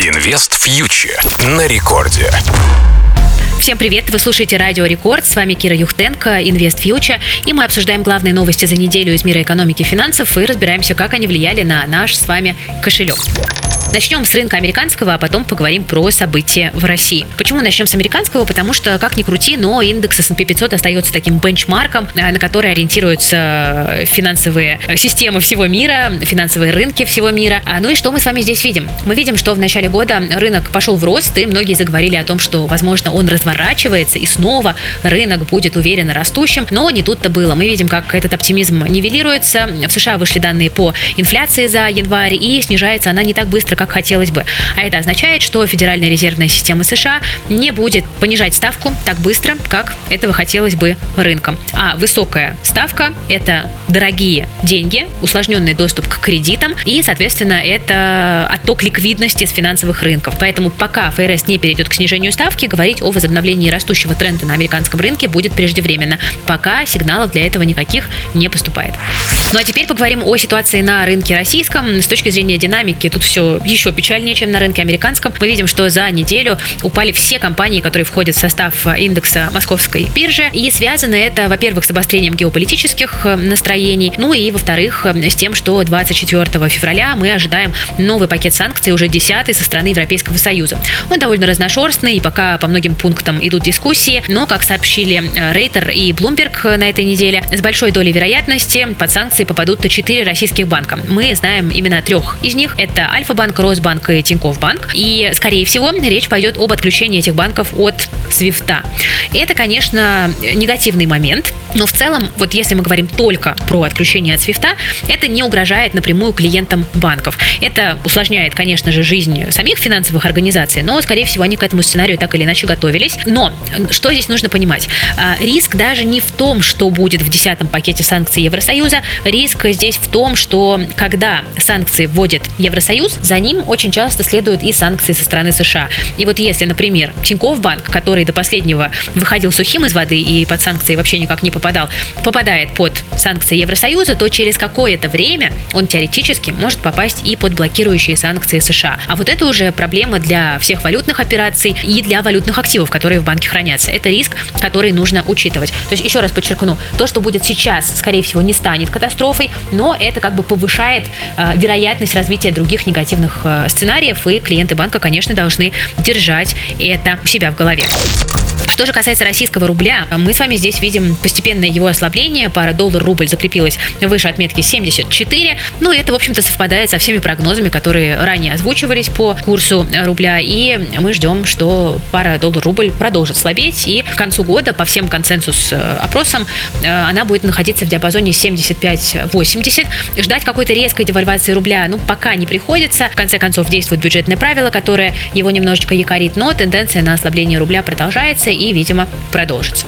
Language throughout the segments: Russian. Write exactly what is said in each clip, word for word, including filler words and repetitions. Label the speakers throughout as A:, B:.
A: Инвест Фьючер на рекорде.
B: Всем привет! Вы слушаете Радио Рекорд. С вами Кира Юхтенко, Инвест Фьючер. И мы обсуждаем главные новости за неделю из мира экономики и финансов и разбираемся, как они влияли на наш с вами кошелек. Начнем с рынка американского, а потом поговорим про события в России. Почему начнем с американского? Потому что, как ни крути, но индекс эс энд пи пятьсот остается таким бенчмарком, на который ориентируются финансовые системы всего мира, финансовые рынки всего мира. Ну и что мы с вами здесь видим? Мы видим, что в начале года рынок пошел в рост, и многие заговорили о том, что, возможно, он разворачивается, и снова рынок будет уверенно растущим. Но не тут-то было. Мы видим, как этот оптимизм нивелируется. В США вышли данные по инфляции за январь, и снижается она не так быстро, как хотелось бы. А это означает, что Федеральная резервная система США не будет понижать ставку так быстро, как этого хотелось бы рынкам. А высокая ставка – это дорогие деньги, усложненный доступ к кредитам и, соответственно, это отток ликвидности с финансовых рынков. Поэтому пока эф эр эс не перейдет к снижению ставки, говорить о возобновлении растущего тренда на американском рынке будет преждевременно. Пока сигналов для этого никаких не поступает. Ну а теперь поговорим о ситуации на рынке российском. С точки зрения динамики тут все еще печальнее, чем на рынке американском. Мы видим, что за неделю упали все компании, которые входят в состав индекса московской биржи. И связано это, во-первых, с обострением геополитических настроений, ну и, во-вторых, с тем, что двадцать четвёртого февраля мы ожидаем новый пакет санкций, уже десятый, со стороны Европейского Союза. Он довольно разношерстный, и пока по многим пунктам идут дискуссии, но, как сообщили Рейтер и Bloomberg на этой неделе, с большой долей вероятности под санкции попадут четыре российских банка. Мы знаем именно трех из них. Это Альфа-банк, Росбанк и Тинькофф банк. И, скорее всего, речь пойдет об отключении этих банков от свифта. Это, конечно, негативный момент, но в целом, вот если мы говорим только про отключение от свифта, это не угрожает напрямую клиентам банков. Это усложняет, конечно же, жизнь самих финансовых организаций, но, скорее всего, они к этому сценарию так или иначе готовились. Но что здесь нужно понимать? Риск даже не в том, что будет в десятом пакете санкций Евросоюза. Риск здесь в том, что когда санкции вводит Евросоюз, за ним очень часто следуют и санкции со стороны США. И вот если, например, Тинькофф банк, который до последнего выходил сухим из воды и под санкции вообще никак не попадал, попадает под санкции Евросоюза, то через какое-то время он теоретически может попасть и под блокирующие санкции США. А вот это уже проблема для всех валютных операций и для валютных активов, которые в банке хранятся. Это риск, который нужно учитывать. То есть, еще раз подчеркну, то, что будет сейчас, скорее всего, не станет катастрофой, но это как бы повышает э, вероятность развития других негативных э, сценариев, и клиенты банка, конечно, должны держать это у себя в голове. Что же касается российского рубля, мы с вами здесь видим постепенное его ослабление. Пара доллар-рубль закрепилась выше отметки семьдесят четыре. Ну, это, в общем-то, совпадает со всеми прогнозами, которые ранее озвучивались по курсу рубля. И мы ждем, что пара доллар-рубль продолжит слабеть. И к концу года, по всем консенсус-опросам, она будет находиться в диапазоне семьдесят пять восемьдесят. Ждать какой-то резкой девальвации рубля, ну, пока не приходится. В конце концов, действует бюджетное правило, которое его немножечко якорит. Но тенденция на ослабление рубля продолжается и, видимо, продолжится.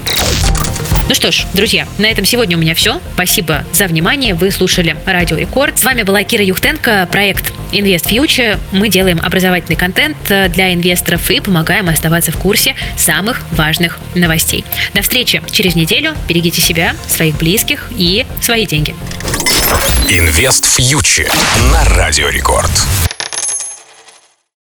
B: Ну что ж, друзья, на этом сегодня у меня все. Спасибо за внимание. Вы слушали Радио Рекорд. С вами была Кира Юхтенко, проект Инвест Фьючер. Мы делаем образовательный контент для инвесторов и помогаем оставаться в курсе самых важных новостей. До встречи через неделю. Берегите себя, своих близких и свои деньги.
A: Инвест Фьючер на Радио Рекорд.